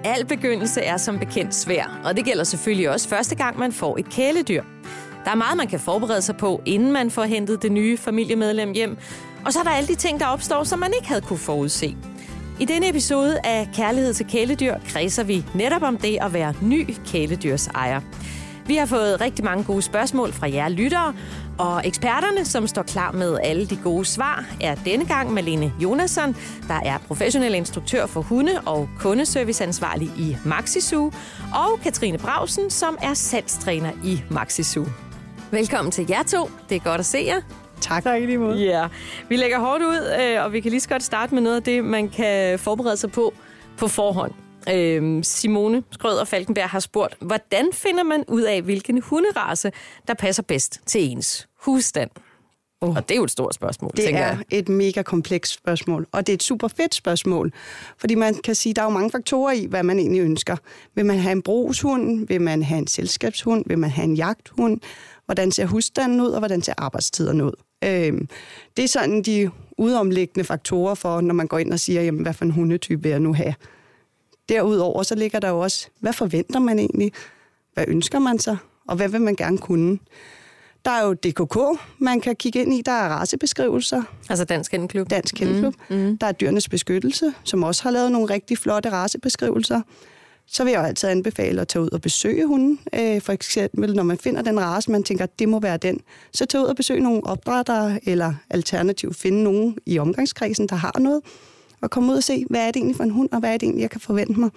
Al begyndelse er som bekendt svær, og det gælder selvfølgelig også første gang, man får et kæledyr. Der er meget, man kan forberede sig på, inden man får hentet det nye familiemedlem hjem. Og så er der alle de ting, der opstår, som man ikke havde kunne forudse. I denne episode af Kærlighed til kæledyr kredser vi netop om det at være ny kæledyrsejer. Vi har fået rigtig mange gode spørgsmål fra jer lyttere, og eksperterne, som står klar med alle de gode svar, er denne gang Malene Jonasson, der er professionel instruktør for hunde og kundeserviceansvarlig i Maxizoo, og Katrine Brausen, som er salgstræner i Maxizoo. Velkommen til jer to. Det er godt at se jer. Tak i lige måde. Ja, vi lægger hårdt ud, og vi kan lige så godt starte med noget af det, man kan forberede sig på forhånd. Simone Schrøder-Falkenberg har spurgt, hvordan finder man ud af, hvilken hunderace, der passer bedst til ens husstand? Og det er jo et stort spørgsmål, det er et mega komplekst spørgsmål, og det er et super fedt spørgsmål. Fordi man kan sige, at der er jo mange faktorer i, hvad man egentlig ønsker. Vil man have en brugshund? Vil man have en selskabshund? Vil man have en jagthund? Hvordan ser husstanden ud, og hvordan ser arbejdstiderne ud? Det er sådan de udomliggende faktorer for, når man går ind og siger, jamen, hvad for en hundetype vil jeg nu have? Derudover så ligger der jo også, hvad forventer man egentlig? Hvad ønsker man sig? Og hvad vil man gerne kunne? Der er jo DKK, man kan kigge ind i. Der er racebeskrivelser. Altså Dansk Kennelklub. Dansk Kennelklub. Der er Dyrenes Beskyttelse, som også har lavet nogle rigtig flotte racebeskrivelser. Så vil jeg jo altid anbefale at tage ud og besøge hunden. For eksempel, når man finder den race, man tænker, at det må være den. Så tage ud og besøge nogle opdrættere, eller alternativt finde nogen i omgangskredsen, der har noget. Og komme ud og se, hvad er det egentlig for en hund, og hvad er det egentlig, jeg kan forvente mig.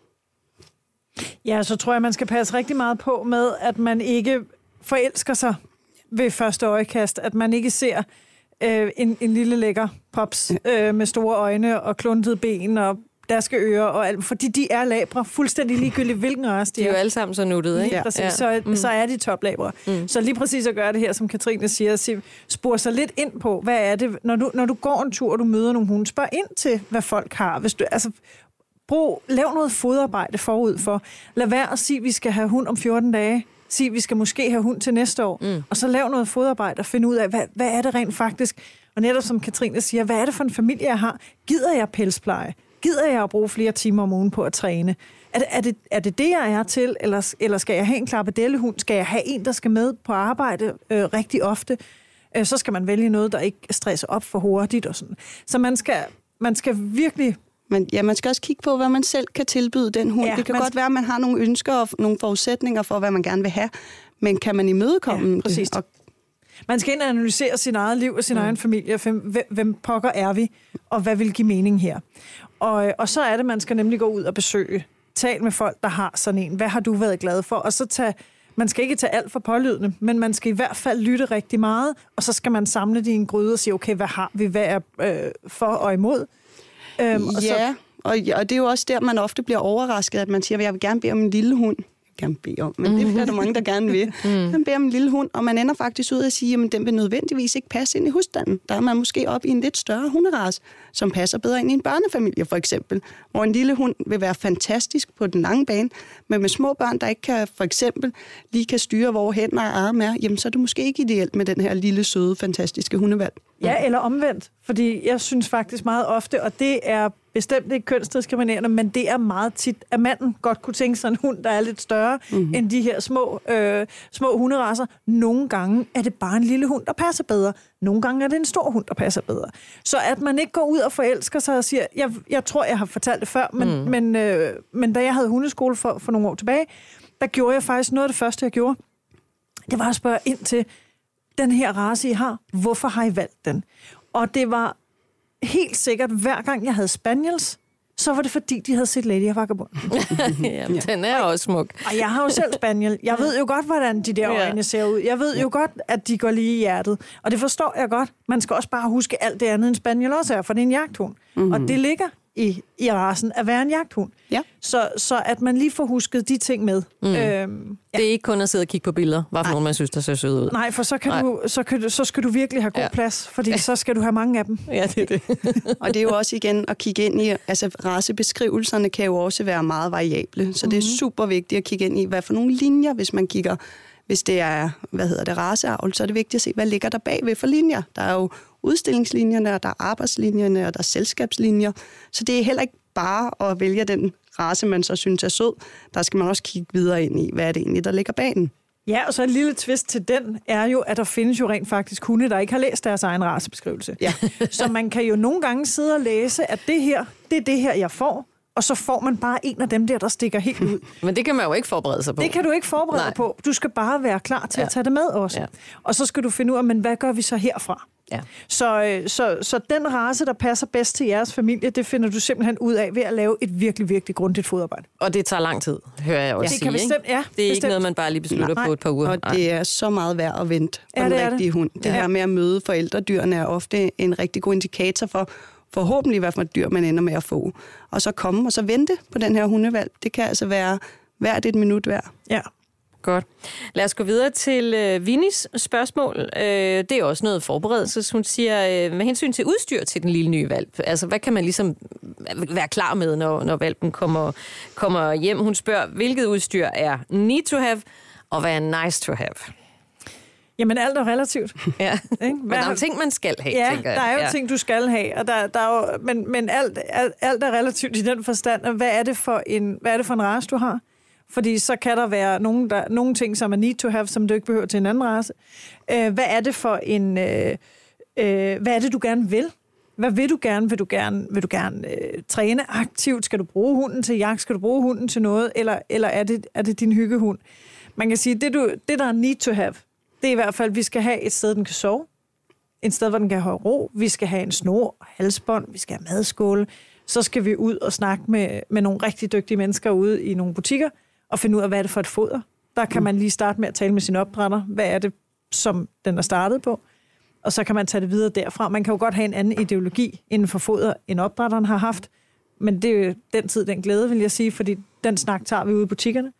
Ja, så tror jeg, man skal passe rigtig meget på med, at man ikke forelsker sig ved første øjekast. At man ikke ser en lille lækker pops med store øjne og kluntede ben og daske ører og alt. Fordi de er labre, fuldstændig ligegyldigt, hvilken race de er. De er jo alle sammen så nuttede, ikke? Lige præcis, ja. Så er de toplabre. Så lige præcis at gøre det her, som Katrine siger, at spore sig lidt ind på, hvad er det, når du går en tur, og du møder nogle hunde, spørg ind til, hvad folk har. Hvis du, lav noget fodarbejde forud for. Lad være at sige, at vi skal have hund om 14 dage. Sig, at vi skal måske have hund til næste år. Og så lav noget fodarbejde og finde ud af, hvad er det rent faktisk? Og netop som Katrine siger, hvad er det for en familie, jeg har? Gider jeg pelspleje? Gider jeg at bruge flere timer om ugen på at træne? Er det, jeg er til, eller skal jeg have en klappedellehund? Skal jeg have en, der skal med på arbejde rigtig ofte? Så skal man vælge noget, der ikke stresser op for hurtigt og sådan. Så man skal virkelig... Man skal også kigge på, hvad man selv kan tilbyde den hund. Ja, det kan godt være, at man har nogle ønsker og nogle forudsætninger for, hvad man gerne vil have. Men kan man imødekomme det? Man skal ind og analysere sin eget liv og sin egen familie. Hvem pokker er vi, og hvad vil give mening her? Og så er det, man skal nemlig gå ud og besøge. Tal med folk, der har sådan en. Hvad har du været glad for? Og så man skal ikke tage alt for pålydende, men man skal i hvert fald lytte rigtig meget, og så skal man samle det i en gryde og sige, okay, hvad har vi? Hvad er for og imod? Og det er jo også der, man ofte bliver overrasket, at man siger, at jeg vil gerne bede om en lille hund. Men det er der mange, der gerne vil. Man beder om en lille hund, og man ender faktisk ud af at sige, at den vil nødvendigvis ikke passe ind i husstanden. Der er man måske op i en lidt større hunderace, som passer bedre ind i en børnefamilie, for eksempel. Hvor en lille hund vil være fantastisk på den lange bane, men med små børn, der ikke kan, for eksempel, lige kan styre, hvor hænder og arme er, jamen så er det måske ikke ideelt med den her lille, søde, fantastiske hundevalg. Ja, eller omvendt. Fordi jeg synes faktisk meget ofte, og det er bestemt ikke kønsdiskriminerende, men det er meget tit, at manden godt kunne tænke sig en hund, der er lidt større end de her små hunderacer. Nogle gange er det bare en lille hund, der passer bedre. Nogle gange er det en stor hund, der passer bedre. Så at man ikke går ud og forelsker sig og siger, jeg tror, jeg har fortalt det før, men da jeg havde hundeskole for nogle år tilbage, der gjorde jeg faktisk noget af det første, jeg gjorde. Det var at spørge ind til, den her race, I har, hvorfor har I valgt den? Og det var helt sikkert, hver gang jeg havde spaniels, så var det fordi, de havde set Lady og Vagabond. Jamen, den er også smuk. Og jeg har jo selv spaniel. Jeg ved jo godt, hvordan de der øjne ser ud. Jeg ved jo godt, at de går lige i hjertet. Og det forstår jeg godt. Man skal også bare huske alt det andet, en spaniel også er, for det er en jagthund. Og det ligger i racen at være en jagthund. Ja. Så at man lige får husket de ting med. Det er ikke kun at sidde og kigge på billeder, hvad for nogen man synes, der ser søde ud. Nej, for så skal du virkelig have god plads, fordi så skal du have mange af dem. Ja, det er det. Og det er jo også igen at kigge ind i, altså racebeskrivelserne kan jo også være meget variable, så det er super vigtigt at kigge ind i, hvad for nogle linjer, hvis man kigger, hvis det er, raceavl, så er det vigtigt at se, hvad ligger der bagved for linjer. Der er jo udstillingslinjerne, og der er arbejdslinjerne, og der er selskabslinjer, så det er heller ikke bare at vælge den race, man så synes er sød, der skal man også kigge videre ind i, hvad er det egentlig, der ligger bag den. Ja, og så et lille twist til den er jo, at der findes jo rent faktisk hunde, der ikke har læst deres egen racebeskrivelse. Ja. Så man kan jo nogle gange sidde og læse, at det er det her, jeg får, og så får man bare en af dem der stikker helt ud. Men det kan man jo ikke forberede sig på. Det kan du ikke forberede dig på. Du skal bare være klar til at tage det med også. Ja. Og så skal du finde ud af, men hvad gør vi så herfra? Ja. Så den race, der passer bedst til jeres familie, det finder du simpelthen ud af ved at lave et virkelig, virkelig grundigt fodarbejde. Og det tager lang tid, hører jeg også sige. Det er ikke noget, man bare lige beslutter på et par uger. Og det er så meget værd at vente på den rigtige hund. Det her med at møde forældredyrene er ofte en rigtig god indikator for, forhåbentlig hvad for et dyr man ender med at få. Og så komme og så vente på den her hundevalp. Det kan altså være hvert et minut hver. Ja. Godt. Lad os gå videre til Vinnies spørgsmål. Det er også noget forberedelse. Hun siger, med hensyn til udstyr til den lille nye valp. Altså, hvad kan man ligesom være klar med, når valpen kommer hjem? Hun spørger, hvilket udstyr er need to have, og hvad er nice to have? Jamen, alt er relativt. Ja. Men der er jo ting, man skal have, tænker jeg. Der er jo ting, du skal have. Og der er jo, men alt er relativt i den forstand. Hvad er det for en race, du har? Fordi så kan der være nogle ting, som er need to have, som du ikke behøver til en anden race. Hvad er det for en... hvad er det, du gerne vil? Hvad vil du gerne? Vil du gerne træne aktivt? Skal du bruge hunden til jagt? Skal du bruge hunden til noget? Eller er det din hyggehund? Man kan sige, det der er need to have, det er i hvert fald, at vi skal have et sted, den kan sove. Et sted, hvor den kan have ro. Vi skal have en snor og halsbånd. Vi skal have madskåle. Så skal vi ud og snakke med nogle rigtig dygtige mennesker ude i nogle butikker, og finde ud af, hvad er det for et foder. Der kan man lige starte med at tale med sin opdrætter. Hvad er det, som den er startet på? Og så kan man tage det videre derfra. Man kan jo godt have en anden ideologi inden for foder, end opdrætteren har haft. Men det er jo den tid, den glæde, vil jeg sige, fordi den snak tager vi ude i butikkerne.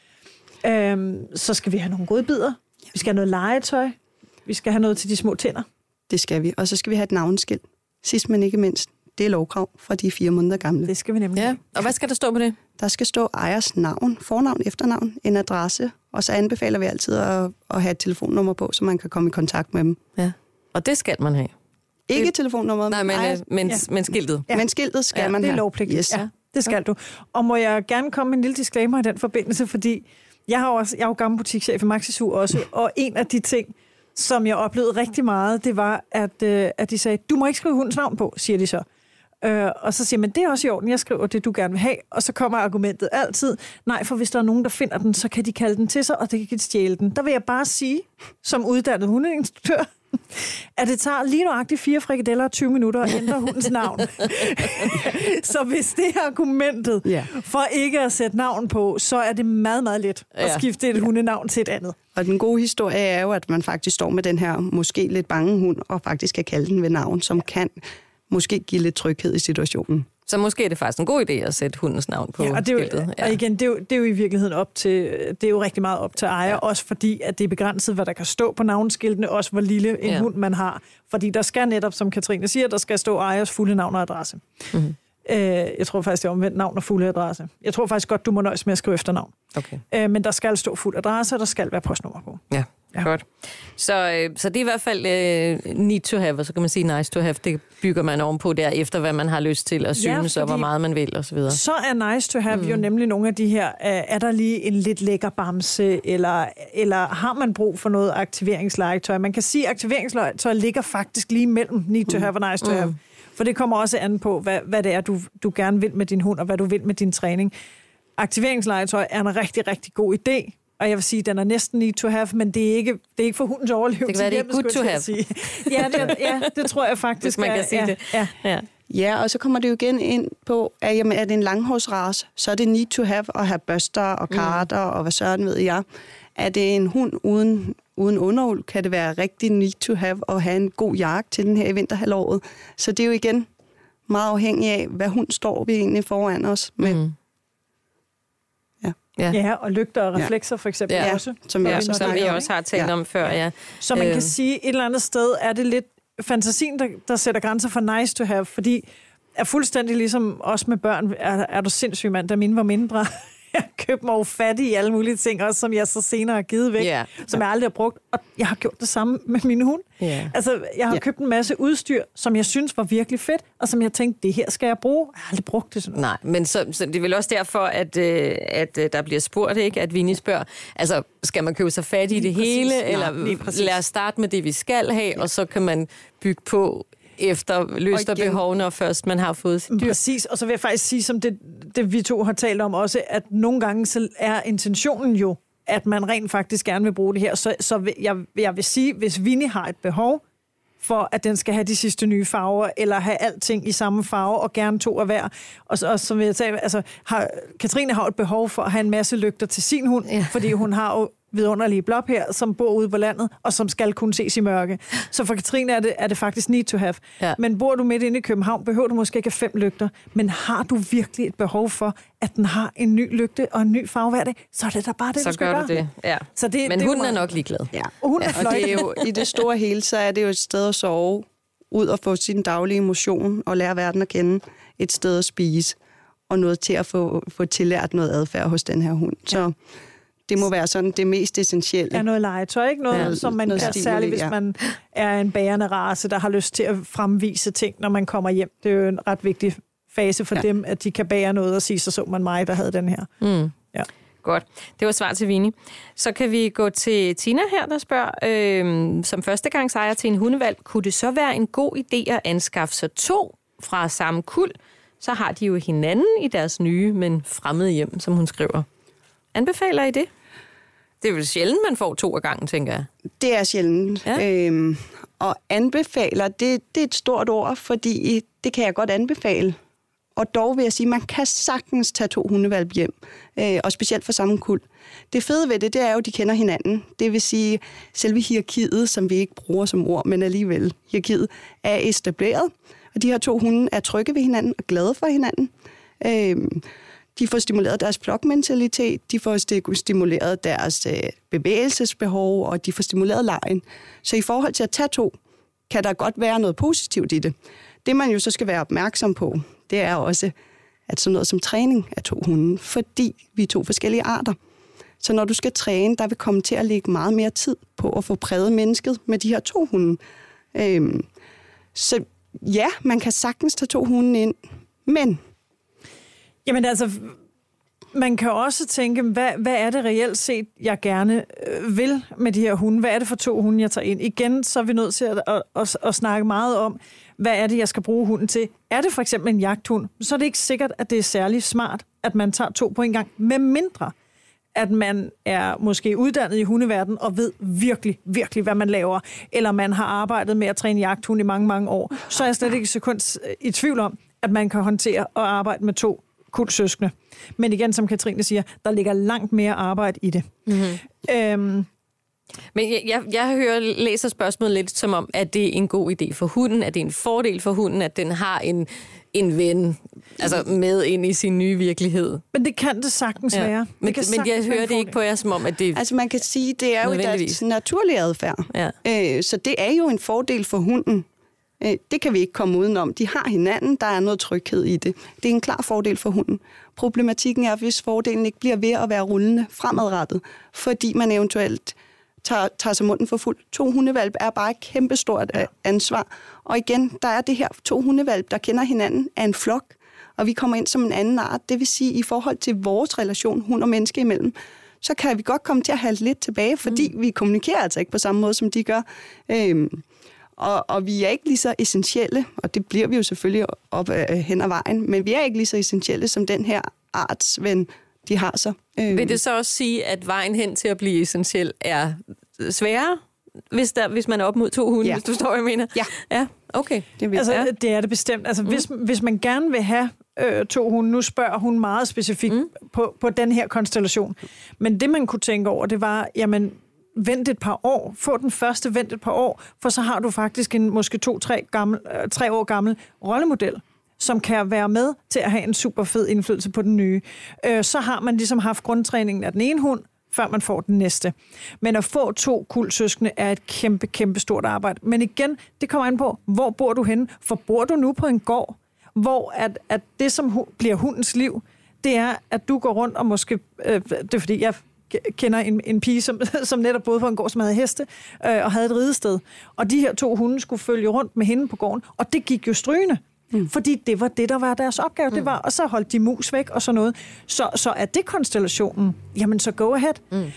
Så skal vi have nogle godbidder. Vi skal have noget legetøj. Vi skal have noget til de små tænder. Det skal vi. Og så skal vi have et navneskilt. Sidst men ikke mindst. Det er lovkrav fra de 4 måneder gamle. Det skal vi nemlig. Ja. Og hvad skal der stå på det? Der skal stå ejers navn, fornavn, efternavn, en adresse, og så anbefaler vi altid at have et telefonnummer på, så man kan komme i kontakt med dem. Ja. Og det skal man have? Ikke telefonnummeret. Nej, men skiltet. Ja. Men skiltet skal man have. Det er lovpligtigt. Yes. Ja, det skal du. Og må jeg gerne komme med en lille disclaimer i den forbindelse, fordi jeg er jo gammel butikschef i Maxisu også, og en af de ting, som jeg oplevede rigtig meget, det var, at de sagde, du må ikke skrive hundens navn på, siger de så. Og så siger man, det er også i orden, jeg skriver det, du gerne vil have. Og så kommer argumentet altid, nej, for hvis der er nogen, der finder den, så kan de kalde den til sig, og det kan de stjæle den. Der vil jeg bare sige, som uddannet hundeinstruktør, at det tager lige nøjagtigt 4 frikadeller og 20 minutter at ændre hundens navn. Så hvis det er argumentet for ikke at sætte navn på, så er det meget, meget let at skifte et hundenavn til et andet. Og den gode historie er jo, at man faktisk står med den her måske lidt bange hund, og faktisk kan kalde den ved navn, som kan måske give lidt tryghed i situationen. Så måske er det faktisk en god idé at sætte hundens navn på skiltet. Ja. Og igen, det er jo i virkeligheden det er jo rigtig meget op til ejer, også fordi, at det er begrænset, hvad der kan stå på navneskiltene, også hvor lille en hund man har. Fordi der skal netop, som Katrine siger, der skal stå ejers fulde navn og adresse. Mm-hmm. Jeg tror faktisk, det er omvendt navn og fuld adresse. Jeg tror faktisk godt, du må nøjes med at skrive efternavn. Okay. Men der skal stå fuld adresse, og der skal være postnummer på. Ja. Godt. Så det er i hvert fald need to have, og så kan man sige nice to have. Det bygger man ovenpå der, efter hvad man har lyst til at synes, og hvor meget man vil, og så videre. Så er nice to have jo nemlig nogle af de her, er der lige en lidt lækker bamse, eller har man brug for noget aktiveringslegetøj? Man kan sige, at aktiveringslegetøj ligger faktisk lige mellem need to have og nice to have. For det kommer også an på, hvad det er, du gerne vil med din hund, og hvad du vil med din træning. Aktiveringslegetøj er en rigtig, rigtig god idé. Og jeg vil sige, at den er næsten need to have, men det er ikke for hundens overlevelse. Det kan være, det er good to have. Ja, det tror jeg faktisk. Hvis man kan sige det. Ja, og så kommer det jo igen ind på, at jamen, er det en langhårsrace, så er det need to have at have børster og karter og hvad sådan ved jeg. Er det en hund uden underuld, kan det være rigtig need to have at have en god jagt til den her i vinterhalvåret. Så det er jo igen meget afhængigt af, hvad hund står vi egentlig foran os med. Mm. Ja, og lygter og reflekser for eksempel også. Som vi også har talt om før, ja. Så man kan sige, et eller andet sted er det lidt fantasien, der sætter grænser for nice to have, fordi er fuldstændig ligesom os med børn, er du sindssyg mand, da mine var mindre. jeg købt mig fattig i alle mulige ting, også som jeg så senere har givet væk, som jeg aldrig har brugt. Og jeg har gjort det samme med min hund. Yeah. Altså, jeg har købt en masse udstyr, som jeg synes var virkelig fedt, og som jeg tænkte, det her skal jeg bruge. Jeg har aldrig brugt det sådan noget. Nej, men så det er vel også derfor, at der bliver spurgt, ikke? At Vinnie spørger, altså, skal man købe sig fat i det hele, eller lad os starte med det, vi skal have, og så kan man bygge på efter lyst og behov, når først man har fået sit dyr. Præcis, og så vil jeg faktisk sige, som det vi to har talt om også, at nogle gange så er intentionen jo, at man rent faktisk gerne vil bruge det her. Så jeg vil sige, hvis Vinnie har et behov for, at den skal have de sidste nye farver, eller have alting i samme farve, og gerne 2 af hver. Og som jeg sagde, altså, Katrine har et behov for at have en masse lygter til sin hund, fordi hun har jo vidunderlige blop her, som bor ude på landet, og som skal kunne ses i mørke. Så for Katrine er det faktisk need to have. Ja. Men bor du midt inde i København, behøver du måske ikke 5 lygter, men har du virkelig et behov for, at den har en ny lygte og en ny farve hver dag, så er det da bare det, du skal gøre. Så gør du det, ja. Så men hunden er nok ligeglad. Ja. Og det er jo, i det store hele, så er det jo et sted at sove, ud og få sin daglige motion, og lære verden at kende, et sted at spise, og noget til at få tillært noget adfærd hos den her hund. Så det må være sådan det mest essentielle. Ja, noget legetøj, ikke? Noget, som man kan, særligt hvis man er en bærende race, der har lyst til at fremvise ting, når man kommer hjem. Det er jo en ret vigtig fase for dem, at de kan bære noget og sige, så man mig, der havde den her. Ja. Godt. Det var svar til Vinnie. Så kan vi gå til Tina her, der spørger, som førstegangsejer til en hundevalg, kunne det så være en god idé at anskaffe sig 2 fra samme kuld? Så har de jo hinanden i deres nye, men fremmede hjem, som hun skriver. Anbefaler I det? Det er vel sjældent, man får 2 af gangen, tænker jeg. Det er sjældent. Ja. Og anbefaler, det er et stort ord, fordi det kan jeg godt anbefale. Og dog vil jeg sige, at man kan sagtens tage 2 hundevalp hjem, og specielt for samme kuld. Det fede ved det er jo, at de kender hinanden. Det vil sige, selve hierarkiet, som vi ikke bruger som ord, men alligevel hierarkiet, er etableret. Og de her 2 hunde er trygge ved hinanden og glade for hinanden. De får stimuleret deres flokmentalitet, de får stimuleret deres bevægelsesbehov, og de får stimuleret legen. Så i forhold til at tage 2, kan der godt være noget positivt i det. Det, man jo så skal være opmærksom på, det er også, at sådan noget som træning af 2 hunde, fordi vi er 2 forskellige arter. Så når du skal træne, der vil komme til at lægge meget mere tid på at få præget mennesket med de her 2 hunde. Så ja, man kan sagtens tage 2 hunde ind, men... Jamen altså, man kan også tænke, hvad er det reelt set, jeg gerne vil med de her hunde? Hvad er det for 2 hunde, jeg tager ind? Igen, så er vi nødt til at snakke meget om, hvad er det, jeg skal bruge hunden til? Er det for eksempel en jagthund, så er det ikke sikkert, at det er særlig smart, at man tager 2 på en gang, med mindre at man er måske uddannet i hundeverdenen og ved virkelig, virkelig, hvad man laver, eller man har arbejdet med at træne jagthund i mange, mange år, så er jeg slet ikke sekund i tvivl om, at man kan håndtere og arbejde med 2 kuldsøskende. Men igen, som Katrine siger, der ligger langt mere arbejde i det. Mm-hmm. Men jeg læser spørgsmålet lidt som om, at det er en god idé for hunden, at det er en fordel for hunden, at den har en ven altså med ind i sin nye virkelighed. Men det kan det sagtens være. Men jeg hører det ikke på jer som om, at det altså man kan sige, det er jo deres naturlige adfærd. Ja. Så det er jo en fordel for hunden. Det kan vi ikke komme udenom. De har hinanden, der er noget tryghed i det. Det er en klar fordel for hunden. Problematikken er, hvis fordelen ikke bliver ved at være rullende fremadrettet, fordi man eventuelt tager sig munden for fuld. 2 hundevalp er bare et kæmpestort ansvar. Og igen, der er det her 2 hundevalp, der kender hinanden af en flok, og vi kommer ind som en anden art. Det vil sige, i forhold til vores relation, hund og menneske imellem, så kan vi godt komme til at halte lidt tilbage, fordi vi kommunikerer altså ikke på samme måde, som de gør. Og vi er ikke lige så essentielle, og det bliver vi jo selvfølgelig op hen ad vejen, men vi er ikke lige så essentielle som den her artsven, de har så. Vil det så også sige, at vejen hen til at blive essentiel er sværere, hvis man er op mod 2 hunde, hvis du står, jeg mener? Ja, okay. Det er det bestemt. Altså, hvis man gerne vil have 2 hunde, nu spørger hun meget specifikt på den her konstellation. Men det, man kunne tænke over, det var, jamen, vent et par år. Få den første, vent et par år, for så har du faktisk en måske 2-3 år gammel rollemodel, som kan være med til at have en super fed indflydelse på den nye. Så har man ligesom haft grundtræningen af den ene hund, før man får den næste. Men at få 2 kuldsøskende er et kæmpe, kæmpe stort arbejde. Men igen, det kommer an på, hvor bor du henne? For bor du nu på en gård, hvor at det, som bliver hundens liv, det er, at du går rundt og måske... det er fordi, jeg kender en pige, som netop boede på en gård, som havde heste, og havde et ridested. Og de her 2 hunde skulle følge rundt med hende på gården, og det gik jo strygende. Fordi det var det, der var deres opgave. Det var, og så holdt de mus væk og sådan noget. Så er det konstellationen, jamen så go ahead.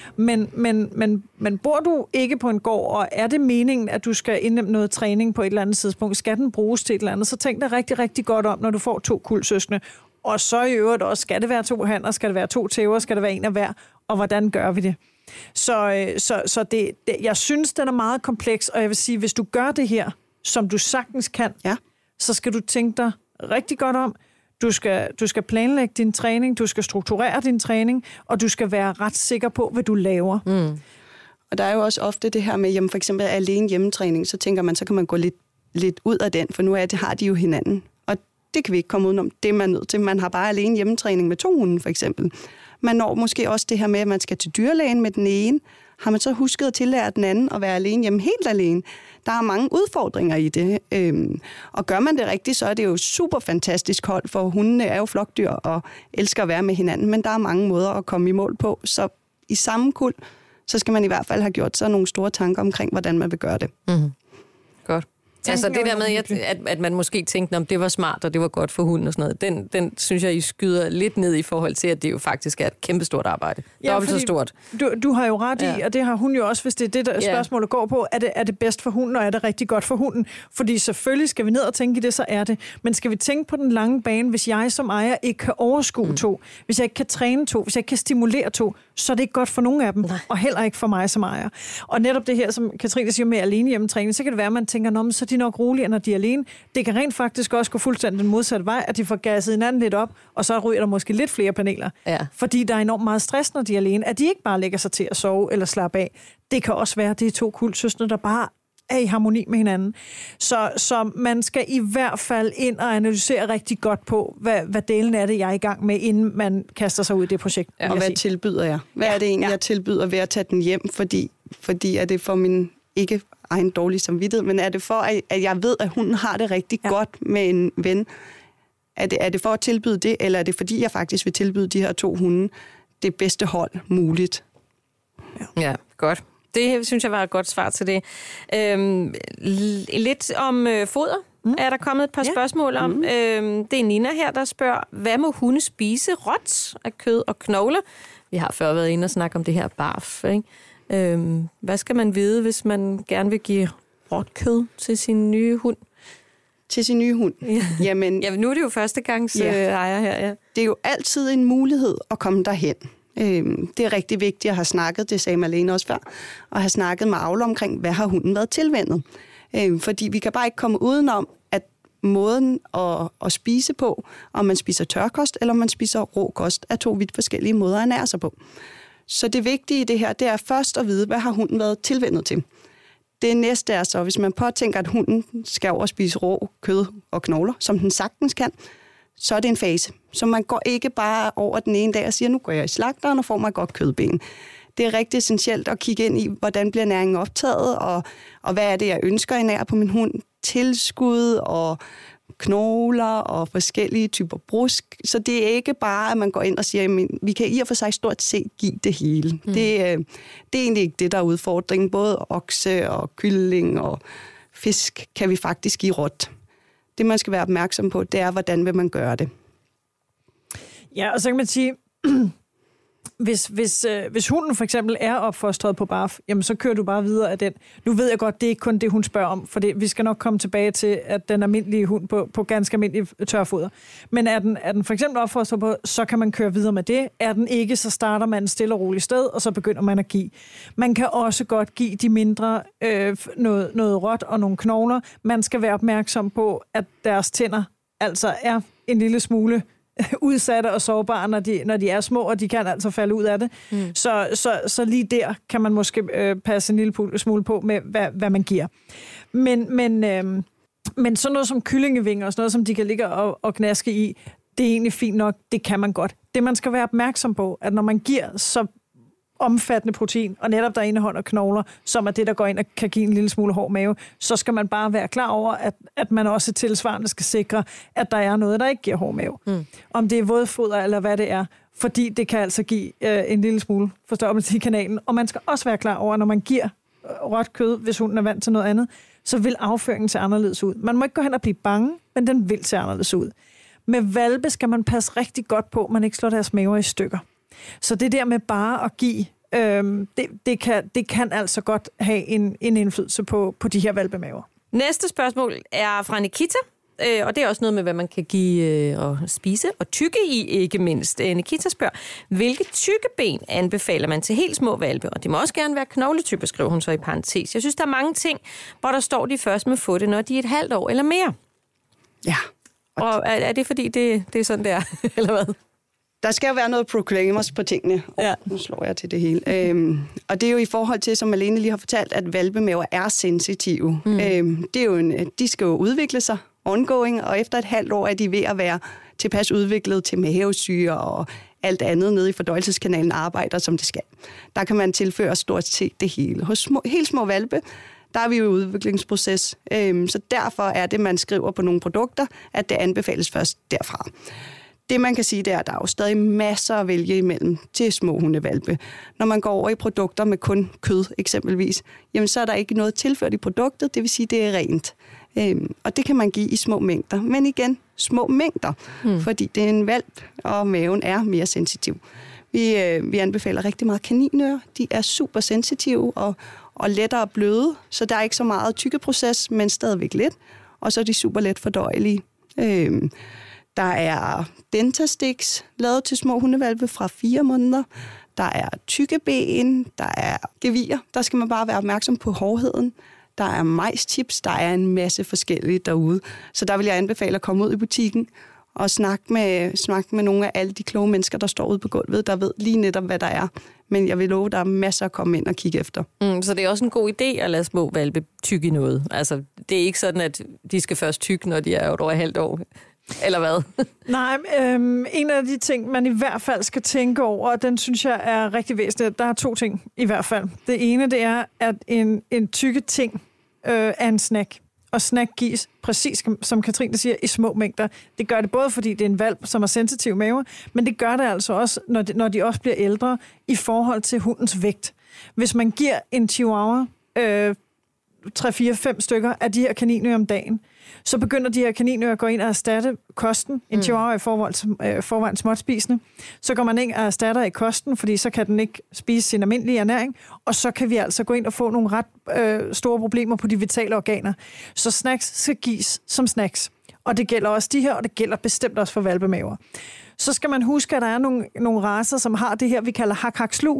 Men bor du ikke på en gård, og er det meningen, at du skal indlemme noget træning på et eller andet tidspunkt, skal den bruges til et eller andet, så tænk dig rigtig, rigtig godt om, når du får 2 kuldsøskende. Og så i øvrigt også, skal det være 2 hanner, skal det være 2 tæver, skal det være en af hver, og hvordan gør vi det? Så det, jeg synes, den er meget kompleks, og jeg vil sige, hvis du gør det her, som du sagtens kan, så skal du tænke dig rigtig godt om. Du skal planlægge din træning, du skal strukturere din træning, og du skal være ret sikker på, hvad du laver. Og der er jo også ofte det her med, for eksempel alene hjemmetræning, så tænker man, så kan man gå lidt ud af den, for nu har de jo hinanden. Og det kan vi ikke komme udenom. Det er man nødt til. Man har bare alene hjemmetræning med 2 hunde, for eksempel. Man når måske også det her med, at man skal til dyrlægen med den ene. Har man så husket at tillære den anden at være alene hjemme helt alene? Der er mange udfordringer i det. Og gør man det rigtigt, så er det jo super fantastisk hold, for hundene er jo flokdyr og elsker at være med hinanden, men der er mange måder at komme i mål på. Så i samme kuld, så skal man i hvert fald have gjort sig nogle store tanker omkring, hvordan man vil gøre det. Godt. Altså det der med, at man måske tænkte, om det var smart, og det var godt for hunden og sådan noget, den synes jeg, I skyder lidt ned i forhold til, at det jo faktisk er et kæmpestort arbejde. Dobbelt så stort. Du har jo ret i, og det har hun jo også, hvis det er det, der spørgsmålet går på, er det bedst for hunden, og er det rigtig godt for hunden? Fordi selvfølgelig skal vi ned og tænke i det, så er det. Men skal vi tænke på den lange bane, hvis jeg som ejer ikke kan overskue 2, hvis jeg ikke kan træne 2, hvis jeg ikke kan stimulere 2, så er det ikke godt for nogen af dem, og heller ikke for mig som ejer. Og netop det her, som Katrine siger med alene hjemmetræning, så kan det være, at man tænker, nå, så er de nok roligere, når de er alene. Det kan rent faktisk også gå fuldstændig den modsatte vej, at de får gasset hinanden lidt op, og så ryger der måske lidt flere paneler. Ja. Fordi der er enormt meget stress, når de er alene, at de ikke bare lægger sig til at sove eller slappe af. Det kan også være, at det er 2 kuldsøskende, der bare er i harmoni med hinanden. Så man skal i hvert fald ind og analysere rigtig godt på, hvad delen er det, jeg er i gang med, inden man kaster sig ud i det projekt. Ja, og hvad tilbyder jeg? Hvad er det egentlig, jeg tilbyder ved at tage den hjem? Fordi er det for min ikke egen dårlige samvittighed, men er det for, at jeg ved, at hunden har det rigtig godt med en ven? Er det for at tilbyde det, eller er det fordi, jeg faktisk vil tilbyde de her 2 hunde det bedste hold muligt? Ja, godt. Det synes jeg var et godt svar til det. Lidt om foder er der kommet et par spørgsmål om. Det er Nina her, der spørger, hvad må hunde spise råt af kød og knogler? Vi har før været inde og snakke om det her barf, ikke? Hvad skal man vide, hvis man gerne vil give råt kød til sin nye hund? Til sin nye hund? Ja. Jamen, nu er det jo førstegangs ejer her. Ja. Det er jo altid en mulighed at komme derhen. Det er rigtig vigtigt at have snakket, det sagde Malene også før, at have snakket med avler omkring, hvad har hunden været tilvænnet. Fordi vi kan bare ikke komme udenom, at måden at spise på, om man spiser tørkost eller om man spiser råkost, er 2 vidt forskellige måder at ernære sig på. Så det vigtige i det her, det er først at vide, hvad har hunden været tilvænnet til. Det næste er så, hvis man påtænker, at hunden skal over spise rå kød og knogler, som den sagtens kan, så er det en fase. Så man går ikke bare over den ene dag og siger, nu går jeg i slagteren og får mig et godt kødben. Det er rigtig essentielt at kigge ind i, hvordan bliver næringen optaget, og hvad er det, jeg ønsker at nære på min hund. Tilskud og knogler og forskellige typer brusk. Så det er ikke bare, at man går ind og siger, at vi kan i og for sig stort set give det hele. Det er egentlig ikke det, der er udfordringen. Både okse og kylling og fisk kan vi faktisk give råt. Det, man skal være opmærksom på, det er, hvordan vil man gøre det. Ja, og så kan man sige, hvis hunden for eksempel er opfostret på barf, jamen så kører du bare videre af den. Nu ved jeg godt, det er ikke kun det, hun spørger om, for vi skal nok komme tilbage til, at den almindelige hund på ganske almindelig tørfoder. Men er den for eksempel opfostret på, så kan man køre videre med det. Er den ikke, så starter man et stille og roligt sted, og så begynder man at give. Man kan også godt give de mindre noget råt og nogle knogler. Man skal være opmærksom på, at deres tænder altså er en lille smule udsatte og sårbare, når de er små, og de kan altså falde ud af det. Så lige der kan man måske passe en lille smule på med, hvad man giver. Men sådan noget som kyllingevinger og sådan noget, som de kan ligge og knaske i, det er egentlig fint nok, det kan man godt. Det man skal være opmærksom på, at når man giver, så omfattende protein, og netop der indeholder knogler, som er det, der går ind og kan give en lille smule hård mave, så skal man bare være klar over, at man også tilsvarende skal sikre, at der er noget, der ikke giver hård mave. Om det er vådfoder eller hvad det er, fordi det kan altså give en lille smule forstørrelse i kanalen. Og man skal også være klar over, når man giver råt kød, hvis hunden er vant til noget andet, så vil afføringen se anderledes ud. Man må ikke gå hen og blive bange, men den vil se anderledes ud. Med hvalpe skal man passe rigtig godt på, at man ikke slår deres maver i stykker. Så det der med bare at give, det kan altså godt have en indflydelse på de her hvalpemaver. Næste spørgsmål er fra Nikita, og det er også noget med, hvad man kan give og spise og tygge i, ikke mindst. Nikita spørger, hvilke tyggeben anbefaler man til helt små hvalpe? Og det må også gerne være knogletyper, skriver hun så i parentes. Jeg synes, der er mange ting, hvor der står de først med få det, når de er et halvt år eller mere. Ja. Og er det fordi, det er sådan, der, eller hvad? Der skal jo være noget proclaimers på tingene. Ja. Nu slår jeg til det hele. Og det er jo i forhold til, som Malene lige har fortalt, at hvalpemaver er sensitive. Det er jo de skal jo udvikle sig ongoing, og efter et halvt år er de ved at være tilpas udviklet til mavesyre og alt andet nede i fordøjelseskanalen arbejder, som det skal. Der kan man tilføre stort set det hele. Hos helt små hvalpe, der er vi jo i udviklingsproces, så derfor er det, man skriver på nogle produkter, at det anbefales først derfra. Det, man kan sige, det er, at der er jo stadig masser at vælge imellem til små hundehvalpe. Når man går over i produkter med kun kød eksempelvis, jamen så er der ikke noget tilført i produktet, det vil sige, det er rent. Og det kan man give i små mængder. Men igen, små mængder, fordi det er en hvalp, og maven er mere sensitiv. Vi anbefaler rigtig meget kaninører. De er super sensitive og lettere at bløde, så der er ikke så meget tykkeproces, men stadigvæk lidt. Og så er de super let fordøjelige. Der er Dentastix, lavet til små hundehvalpe fra 4 måneder. Der er tyggeben, der er gevir. Der skal man bare være opmærksom på hårdheden. Der er majschips, der er en masse forskellige derude. Så der vil jeg anbefale at komme ud i butikken og snakke med nogle af alle de kloge mennesker, der står ude på gulvet, der ved lige netop, hvad der er. Men jeg vil love, der er masser at komme ind og kigge efter. Så det er også en god idé at lade små hvalpe tygge noget. Altså, det er ikke sådan, at de skal først tygge, når de er over et halvt år. Eller hvad? Nej, en af de ting, man i hvert fald skal tænke over, og den synes jeg er rigtig væsentlig. Der er 2 ting i hvert fald. Det ene, det er, at en tykke ting er en snack. Og snack gives præcis, som Katrine siger, i små mængder. Det gør det både, fordi det er en hvalp, som har sensitiv mave, men det gør det altså også, når de også bliver ældre, i forhold til hundens vægt. Hvis man giver en chihuahua 3-4-5 stykker af de her kaninører om dagen, så begynder de her kaninører at gå ind og erstatte kosten. En chihuahua er i forvejen småtspisende. Så går man ind og erstatter i kosten, fordi så kan den ikke spise sin almindelige ernæring, og så kan vi altså gå ind og få nogle ret store problemer på de vitale organer. Så snacks skal gives som snacks. Og det gælder også de her, og det gælder bestemt også for hvalpemaver. Så skal man huske, at der er nogle racer, som har det her, vi kalder hak-hak-slug.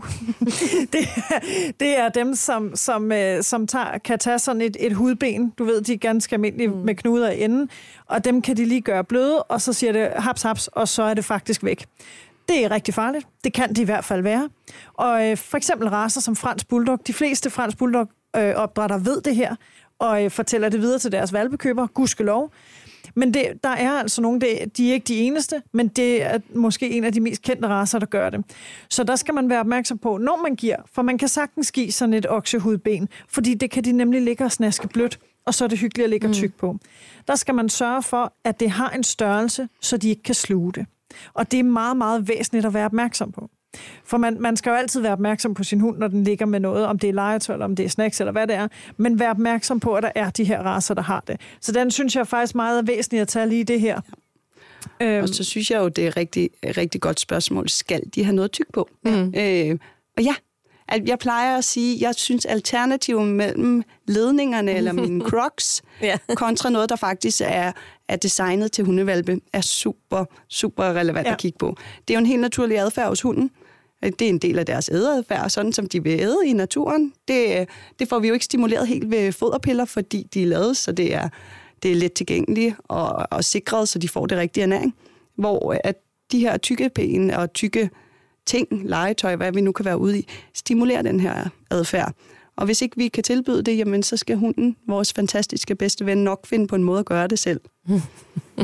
det er dem, som kan tage sådan et hudben. Du ved, de er ganske almindelige med knuder i enden. Og dem kan de lige gøre bløde, og så siger det haps, og så er det faktisk væk. Det er rigtig farligt. Det kan de i hvert fald være. Og for eksempel racer som fransk bulldog. De fleste fransk bulldog opdrætter ved det her, og fortæller det videre til deres hvalpekøber. Gudskelov. Men der er altså nogle, de er ikke de eneste, men det er måske en af de mest kendte racer, der gør det. Så der skal man være opmærksom på, når man giver, for man kan sagtens give sådan et oksehudben, fordi det kan de nemlig ligge og snaske blødt, og så er det hyggeligt at ligge og tykke på. Der skal man sørge for, at det har en størrelse, så de ikke kan sluge det. Og det er meget, meget væsentligt at være opmærksom på. For man skal jo altid være opmærksom på sin hund, når den ligger med noget, om det er legetøj, eller om det er snacks, eller hvad det er. Men vær opmærksom på, at der er de her racer, der har det. Så den synes jeg faktisk meget er væsentligt at tage lige det her. Og så synes jeg jo, det er et rigtig, rigtig godt spørgsmål. Skal de have noget tyk på? Og ja, jeg plejer at sige, jeg synes alternativet mellem ledningerne eller mine Crocs kontra noget, der faktisk er designet til hundehvalpe, er super, super relevant at kigge på. Det er jo en helt naturlig adfærd hos hunden. Det er en del af deres ædeadfærd, sådan som de vil æde i naturen. Det får vi jo ikke stimuleret helt ved foderpiller, fordi de er lavet, så det er let tilgængeligt og sikret, så de får det rigtige ernæring. Hvor at de her tykke ben og tykke ting, legetøj, hvad vi nu kan være ude i, stimulerer den her adfærd. Og hvis ikke vi kan tilbyde det, jamen så skal hunden, vores fantastiske bedste ven, nok finde på en måde at gøre det selv.